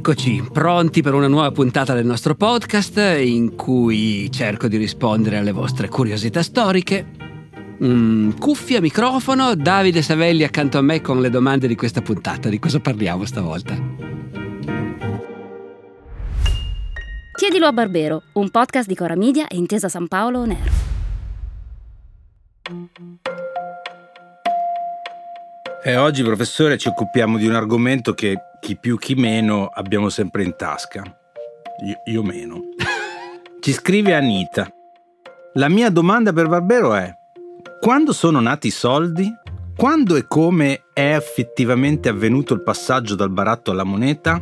Eccoci, pronti per una nuova puntata del nostro podcast in cui cerco di rispondere alle vostre curiosità storiche. Cuffia, microfono, Davide Savelli accanto a me con le domande di questa puntata. Di cosa parliamo stavolta? Chiedilo a Barbero, un podcast di Cora Media e Intesa San Paolo On Air. E oggi, professore, ci occupiamo di un argomento che chi più chi meno abbiamo sempre in tasca. Io meno. Ci scrive Anita. La mia domanda per Barbero è: quando sono nati i soldi? Quando e come è effettivamente avvenuto il passaggio dal baratto alla moneta?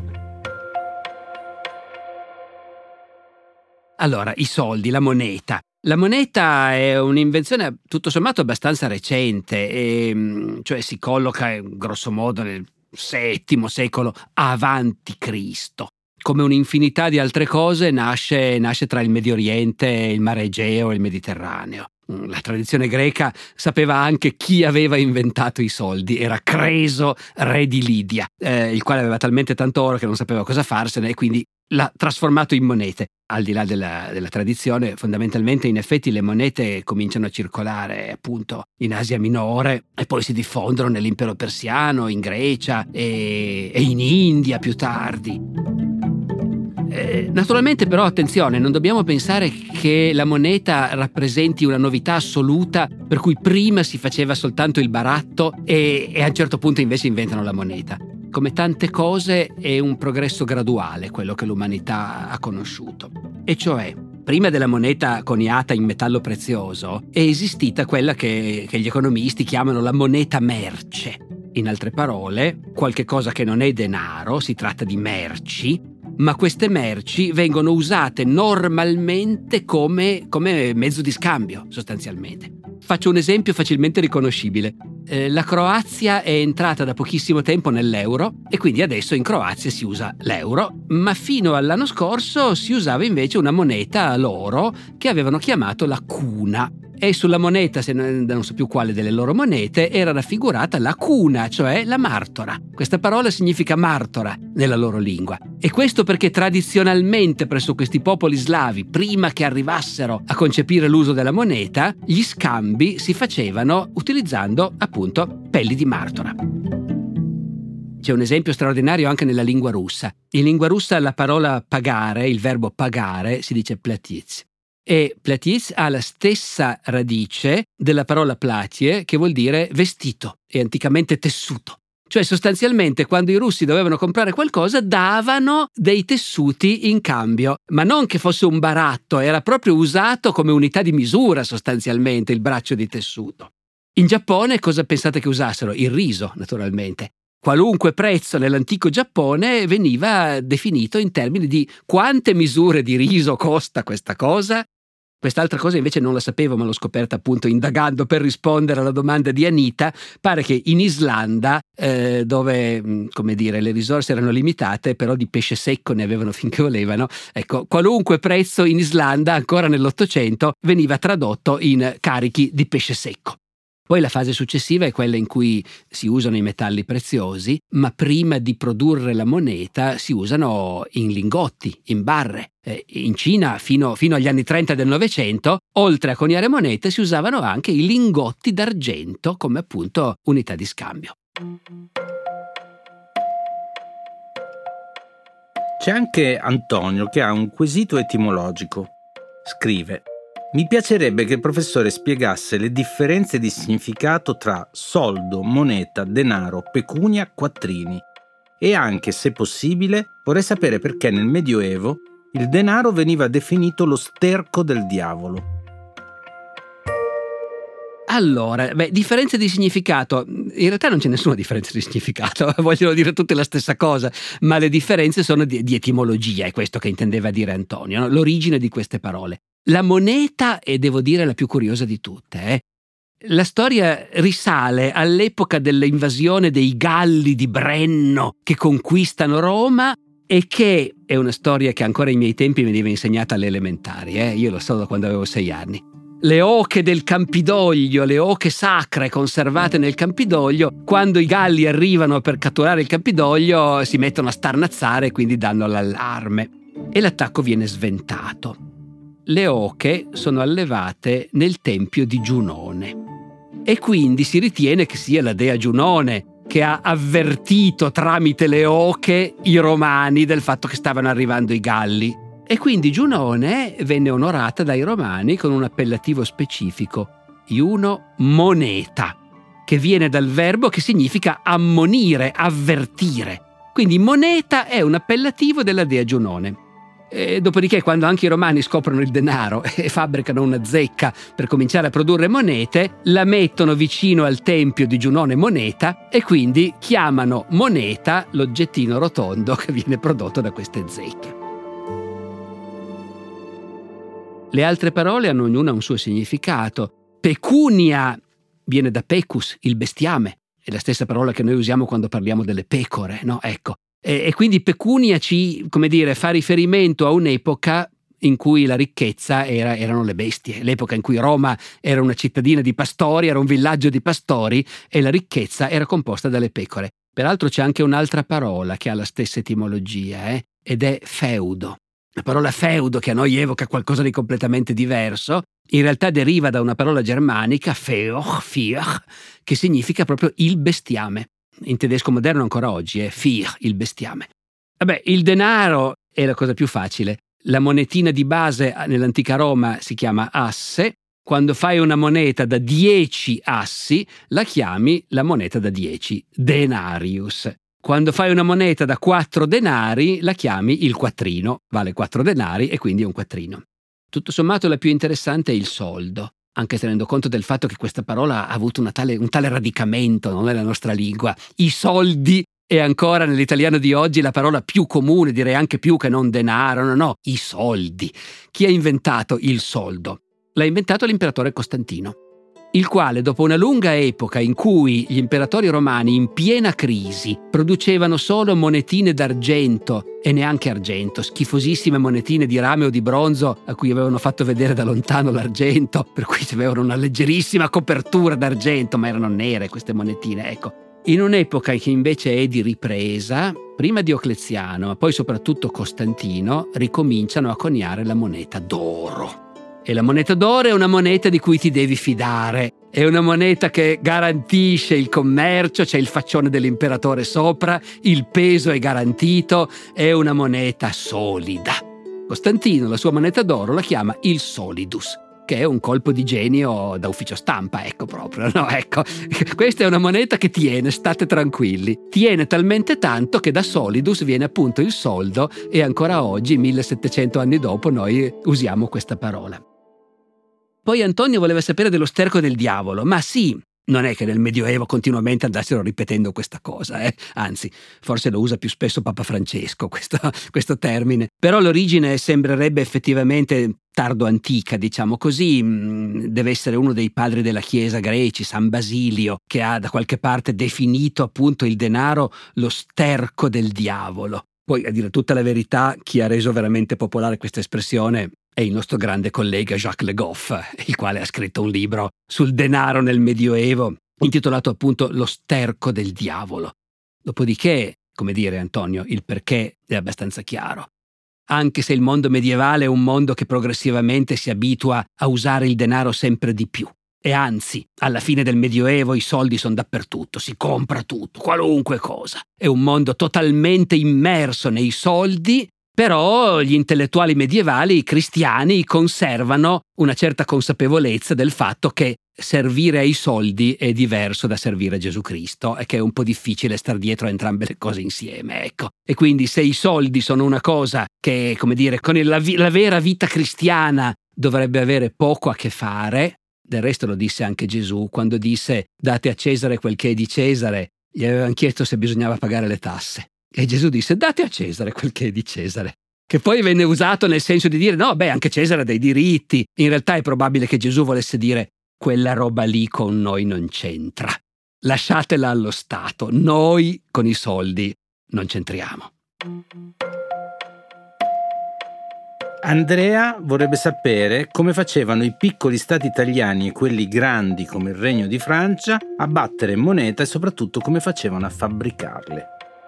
Allora, i soldi, la moneta. La moneta è un'invenzione tutto sommato abbastanza recente, cioè si colloca grosso modo nel VII secolo avanti Cristo. Come un'infinità di altre cose nasce tra il Medio Oriente, il Mare Egeo e il Mediterraneo. La tradizione greca sapeva anche chi aveva inventato i soldi, era Creso, re di Lidia, il quale aveva talmente tanto oro che non sapeva cosa farsene e quindi l'ha trasformato in monete. Al di là della tradizione, fondamentalmente in effetti le monete cominciano a circolare appunto in Asia Minore e poi si diffondono nell'impero persiano, in Grecia e in India più tardi. Naturalmente però attenzione, non dobbiamo pensare che la moneta rappresenti una novità assoluta per cui prima si faceva soltanto il baratto e a un certo punto invece inventano la moneta. Come tante cose è un progresso graduale quello che l'umanità ha conosciuto. E cioè, prima della moneta coniata in metallo prezioso è esistita quella che gli economisti chiamano la moneta merce. In altre parole, qualche cosa che non è denaro, si tratta di merci, ma queste merci vengono usate normalmente come mezzo di scambio, sostanzialmente. Faccio un esempio facilmente riconoscibile. La Croazia è entrata da pochissimo tempo nell'euro e quindi adesso in Croazia si usa l'euro, ma fino all'anno scorso si usava invece una moneta loro che avevano chiamato la cuna. E sulla moneta, se non so più quale delle loro monete, era raffigurata la cuna, cioè la martora. Questa parola significa martora nella loro lingua. E questo perché tradizionalmente presso questi popoli slavi, prima che arrivassero a concepire l'uso della moneta, gli scambi si facevano utilizzando appunto pelli di martora. C'è un esempio straordinario anche nella lingua russa. In lingua russa la parola pagare, il verbo pagare, si dice platiz. E platiz ha la stessa radice della parola platie, che vuol dire vestito e anticamente tessuto. Cioè sostanzialmente quando i russi dovevano comprare qualcosa davano dei tessuti in cambio, ma non che fosse un baratto, era proprio usato come unità di misura sostanzialmente il braccio di tessuto. In Giappone cosa pensate che usassero? Il riso, naturalmente. Qualunque prezzo nell'antico Giappone veniva definito in termini di quante misure di riso costa questa cosa. Quest'altra cosa invece non la sapevo, ma l'ho scoperta appunto indagando per rispondere alla domanda di Anita. Pare che in Islanda, dove, come dire, le risorse erano limitate, però di pesce secco ne avevano finché volevano, ecco, qualunque prezzo in Islanda, ancora nell'Ottocento, veniva tradotto in carichi di pesce secco. Poi la fase successiva è quella in cui si usano i metalli preziosi, ma prima di produrre la moneta si usano in lingotti, in barre. In Cina, fino agli anni 30 del Novecento, oltre a coniare monete, si usavano anche i lingotti d'argento come appunto unità di scambio. C'è anche Antonio che ha un quesito etimologico. Scrive: mi piacerebbe che il professore spiegasse le differenze di significato tra soldo, moneta, denaro, pecunia, quattrini. E anche, se possibile, vorrei sapere perché nel Medioevo il denaro veniva definito lo sterco del diavolo. Allora, differenze di significato. In realtà non c'è nessuna differenza di significato, vogliono dire tutte la stessa cosa, ma le differenze sono di etimologia, è questo che intendeva dire Antonio, no? L'origine di queste parole. La moneta è, devo dire, la più curiosa di tutte. La storia risale all'epoca dell'invasione dei Galli di Brenno che conquistano Roma e che è una storia che ancora ai miei tempi veniva insegnata alle elementari. Io lo so da quando avevo 6 anni. le oche del Campidoglio, le oche sacre conservate nel Campidoglio, quando i galli arrivano per catturare il Campidoglio si mettono a starnazzare e quindi danno l'allarme e l'attacco viene sventato. Le oche sono allevate nel tempio di Giunone e quindi si ritiene che sia la dea Giunone che ha avvertito tramite le oche i romani del fatto che stavano arrivando i galli. E quindi Giunone venne onorata dai romani con un appellativo specifico, Iuno moneta, che viene dal verbo che significa ammonire, avvertire. Quindi moneta è un appellativo della dea Giunone. E dopodiché, quando anche i romani scoprono il denaro e fabbricano una zecca per cominciare a produrre monete, la mettono vicino al tempio di Giunone moneta e quindi chiamano moneta l'oggettino rotondo che viene prodotto da queste zecche. Le altre parole hanno ognuna un suo significato. Pecunia viene da pecus, il bestiame. È la stessa parola che noi usiamo quando parliamo delle pecore, no? Ecco. E quindi pecunia fa riferimento a un'epoca in cui la ricchezza erano le bestie. L'epoca in cui Roma era una cittadina di pastori, era un villaggio di pastori e la ricchezza era composta dalle pecore. Peraltro c'è anche un'altra parola che ha la stessa etimologia, ed è feudo. La parola feudo, che a noi evoca qualcosa di completamente diverso, in realtà deriva da una parola germanica, Viech, che significa proprio il bestiame. In tedesco moderno ancora oggi è Viech, il bestiame. Vabbè, il denaro è la cosa più facile. La monetina di base nell'antica Roma si chiama asse. Quando fai una moneta da 10 assi, la chiami la moneta da 10, denarius. Quando fai una moneta da 4 denari, la chiami il quattrino, vale 4 denari e quindi è un quattrino. Tutto sommato la più interessante è il soldo, anche tenendo conto del fatto che questa parola ha avuto un tale radicamento, non nella nostra lingua. I soldi è ancora nell'italiano di oggi la parola più comune, direi anche più che non denaro, no, i soldi. Chi ha inventato il soldo? L'ha inventato l'imperatore Costantino, il quale, dopo una lunga epoca in cui gli imperatori romani in piena crisi producevano solo monetine d'argento e neanche argento, schifosissime monetine di rame o di bronzo a cui avevano fatto vedere da lontano l'argento, per cui avevano una leggerissima copertura d'argento, ma erano nere queste monetine, ecco. In un'epoca che invece è di ripresa, prima Diocleziano, ma poi soprattutto Costantino, ricominciano a coniare la moneta d'oro. E la moneta d'oro è una moneta di cui ti devi fidare. È una moneta che garantisce il commercio, c'è il faccione dell'imperatore sopra, il peso è garantito, è una moneta solida. Costantino la sua moneta d'oro la chiama il solidus, che è un colpo di genio da ufficio stampa, ecco proprio, no? Ecco, questa è una moneta che tiene, state tranquilli. Tiene talmente tanto che da solidus viene appunto il soldo e ancora oggi, 1700 anni dopo, noi usiamo questa parola. Poi Antonio voleva sapere dello sterco del diavolo, ma sì, non è che nel Medioevo continuamente andassero ripetendo questa cosa, anzi, forse lo usa più spesso Papa Francesco questo termine, però l'origine sembrerebbe effettivamente tardo-antica, diciamo così. Deve essere uno dei padri della Chiesa greci, San Basilio, che ha da qualche parte definito appunto il denaro lo sterco del diavolo. Poi, a dire tutta la verità, chi ha reso veramente popolare questa espressione è il nostro grande collega Jacques Le Goff, il quale ha scritto un libro sul denaro nel Medioevo, intitolato appunto Lo sterco del diavolo. Dopodiché, come dire, Antonio, il perché è abbastanza chiaro. Anche se il mondo medievale è un mondo che progressivamente si abitua a usare il denaro sempre di più. E anzi, alla fine del Medioevo i soldi sono dappertutto, si compra tutto, qualunque cosa. È un mondo totalmente immerso nei soldi. Però gli intellettuali medievali, i cristiani, conservano una certa consapevolezza del fatto che servire ai soldi è diverso da servire a Gesù Cristo e che è un po' difficile star dietro a entrambe le cose insieme, ecco. E quindi se i soldi sono una cosa che, come dire, con la vera vita cristiana dovrebbe avere poco a che fare, del resto lo disse anche Gesù quando disse «Date a Cesare quel che è di Cesare», gli avevano chiesto se bisognava pagare le tasse. E Gesù disse date a Cesare quel che è di Cesare, che poi venne usato nel senso di dire no, anche Cesare ha dei diritti. In realtà è probabile che Gesù volesse dire quella roba lì con noi non c'entra, lasciatela allo Stato, noi con i soldi non c'entriamo. Andrea vorrebbe sapere come facevano i piccoli stati italiani e quelli grandi come il Regno di Francia a battere moneta e soprattutto come facevano a fabbricarle.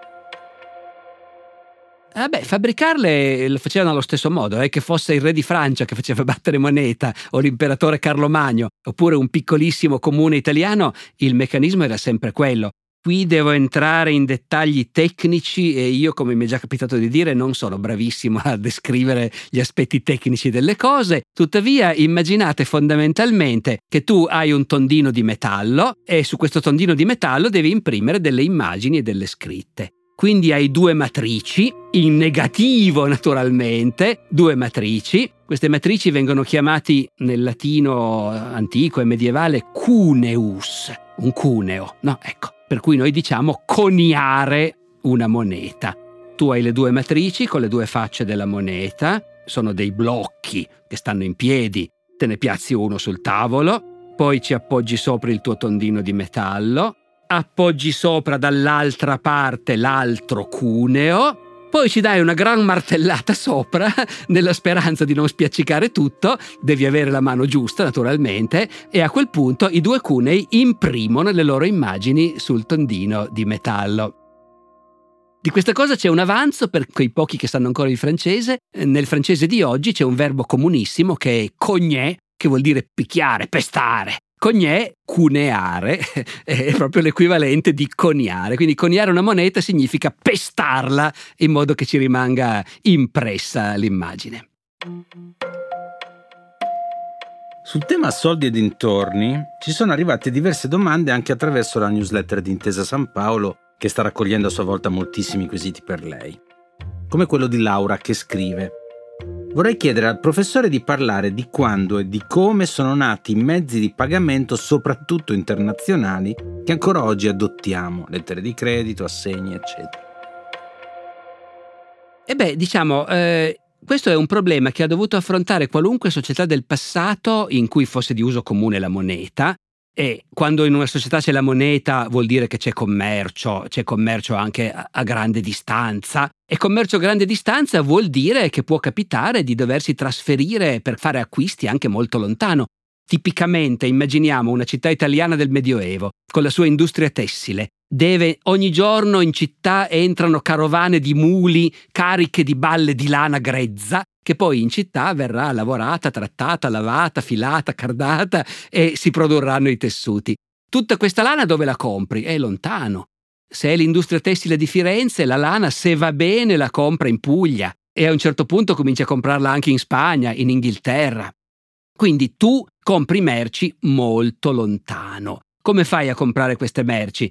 Fabbricarle lo facevano allo stesso modo, che fosse il re di Francia che faceva battere moneta o l'imperatore Carlo Magno oppure un piccolissimo comune italiano, il meccanismo era sempre quello. Qui devo entrare in dettagli tecnici e io, come mi è già capitato di dire, non sono bravissimo a descrivere gli aspetti tecnici delle cose. Tuttavia, immaginate fondamentalmente che tu hai un tondino di metallo e su questo tondino di metallo devi imprimere delle immagini e delle scritte. Quindi hai due matrici, in negativo naturalmente, due matrici. Queste matrici vengono chiamati nel latino antico e medievale cuneus, un cuneo, no? Ecco, per cui noi diciamo coniare una moneta. Tu hai le due matrici con le due facce della moneta, sono dei blocchi che stanno in piedi, te ne piazzi uno sul tavolo, poi ci appoggi sopra il tuo tondino di metallo, appoggi sopra dall'altra parte l'altro cuneo, poi ci dai una gran martellata sopra nella speranza di non spiaccicare tutto, devi avere la mano giusta naturalmente, e a quel punto i due cunei imprimono le loro immagini sul tondino di metallo. Di questa cosa c'è un avanzo per quei pochi che sanno ancora il francese. Nel francese di oggi c'è un verbo comunissimo che è cogner, che vuol dire picchiare, pestare. Cogner, cuneare, è proprio l'equivalente di coniare. Quindi coniare una moneta significa pestarla in modo che ci rimanga impressa l'immagine. Sul tema soldi e dintorni ci sono arrivate diverse domande anche attraverso la newsletter di Intesa San Paolo, che sta raccogliendo a sua volta moltissimi quesiti per lei. Come quello di Laura, che scrive: vorrei chiedere al professore di parlare di quando e di come sono nati i mezzi di pagamento, soprattutto internazionali, che ancora oggi adottiamo, lettere di credito, assegni, eccetera. Questo è un problema che ha dovuto affrontare qualunque società del passato in cui fosse di uso comune la moneta. E quando in una società c'è la moneta vuol dire che c'è commercio anche a grande distanza, e commercio a grande distanza vuol dire che può capitare di doversi trasferire per fare acquisti anche molto lontano. Tipicamente immaginiamo una città italiana del Medioevo con la sua industria tessile. Ogni giorno in città entrano carovane di muli cariche di balle di lana grezza, che poi in città verrà lavorata, trattata, lavata, filata, cardata e si produrranno i tessuti. Tutta questa lana dove la compri? È lontano. Se è l'industria tessile di Firenze, la lana, se va bene, la compra in Puglia e a un certo punto comincia a comprarla anche in Spagna, in Inghilterra. Quindi tu compri merci molto lontano. Come fai a comprare queste merci?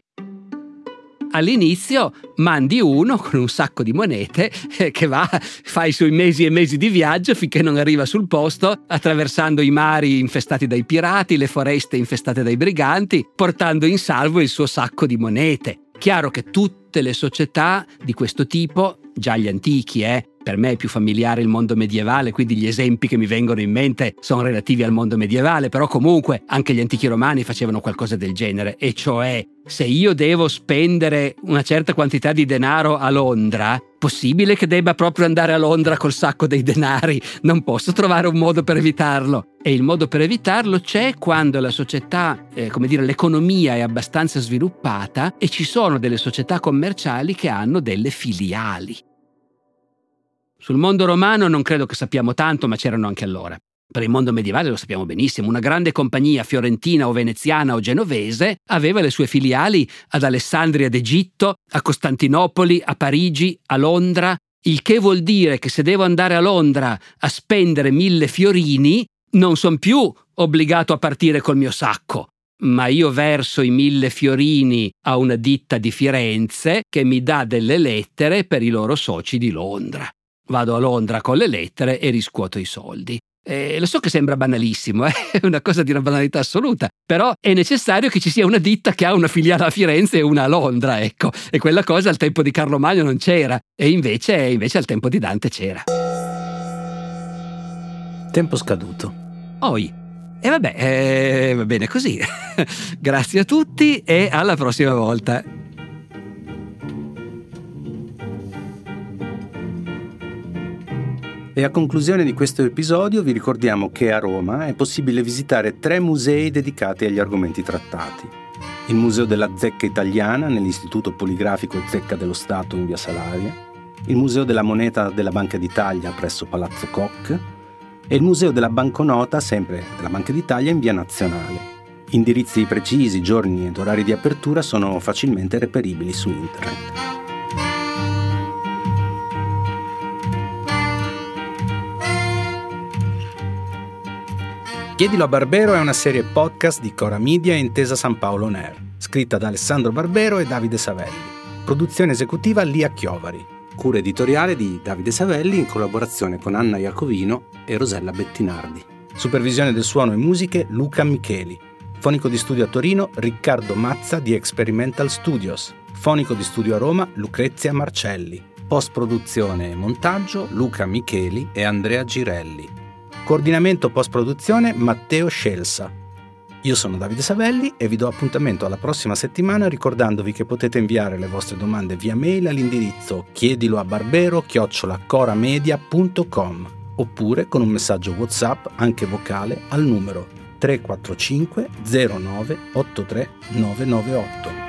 All'inizio mandi uno con un sacco di monete che fa i suoi mesi e mesi di viaggio finché non arriva sul posto, attraversando i mari infestati dai pirati, le foreste infestate dai briganti, portando in salvo il suo sacco di monete. Chiaro che tutte le società di questo tipo, già gli antichi, per me è più familiare il mondo medievale, quindi gli esempi che mi vengono in mente sono relativi al mondo medievale, però comunque anche gli antichi romani facevano qualcosa del genere, e cioè se io devo spendere una certa quantità di denaro a Londra, possibile che debba proprio andare a Londra col sacco dei denari? Non posso trovare un modo per evitarlo. E il modo per evitarlo c'è quando la società, l'economia è abbastanza sviluppata e ci sono delle società commerciali che hanno delle filiali. Sul mondo romano non credo che sappiamo tanto, ma c'erano anche allora. Per il mondo medievale lo sappiamo benissimo. Una grande compagnia fiorentina o veneziana o genovese aveva le sue filiali ad Alessandria d'Egitto, a Costantinopoli, a Parigi, a Londra, il che vuol dire che se devo andare a Londra a spendere 1000 fiorini non sono più obbligato a partire col mio sacco, ma io verso i 1000 fiorini a una ditta di Firenze che mi dà delle lettere per i loro soci di Londra. Vado a Londra con le lettere e riscuoto i soldi. Lo so che sembra banalissimo, è una cosa di una banalità assoluta, però è necessario che ci sia una ditta che ha una filiale a Firenze e una a Londra, ecco. E quella cosa al tempo di Carlo Magno non c'era, e invece al tempo di Dante c'era. Tempo scaduto. E va bene così. Grazie a tutti e alla prossima volta. E a conclusione di questo episodio vi ricordiamo che a Roma è possibile visitare 3 musei dedicati agli argomenti trattati. Il Museo della Zecca Italiana nell'Istituto Poligrafico e Zecca dello Stato in via Salaria, il Museo della Moneta della Banca d'Italia presso Palazzo Koch e il Museo della Banconota, sempre della Banca d'Italia, in via Nazionale. Indirizzi precisi, giorni ed orari di apertura sono facilmente reperibili su internet. Chiedilo a Barbero è una serie podcast di Cora Media e Intesa San Paolo On Air, scritta da Alessandro Barbero e Davide Savelli. Produzione esecutiva Lia Chiovari. Cura editoriale di Davide Savelli in collaborazione con Anna Iacovino e Rosella Bettinardi. Supervisione del suono e musiche Luca Micheli. Fonico di studio a Torino Riccardo Mazza di Experimental Studios. Fonico di studio a Roma Lucrezia Marcelli. Post-produzione e montaggio Luca Micheli e Andrea Girelli. Coordinamento post-produzione Matteo Scelsa. Io sono Davide Savelli e vi do appuntamento alla prossima settimana ricordandovi che potete inviare le vostre domande via mail all'indirizzo chiediloabarbero@coramedia.com oppure con un messaggio WhatsApp anche vocale al numero 345 09 83 998.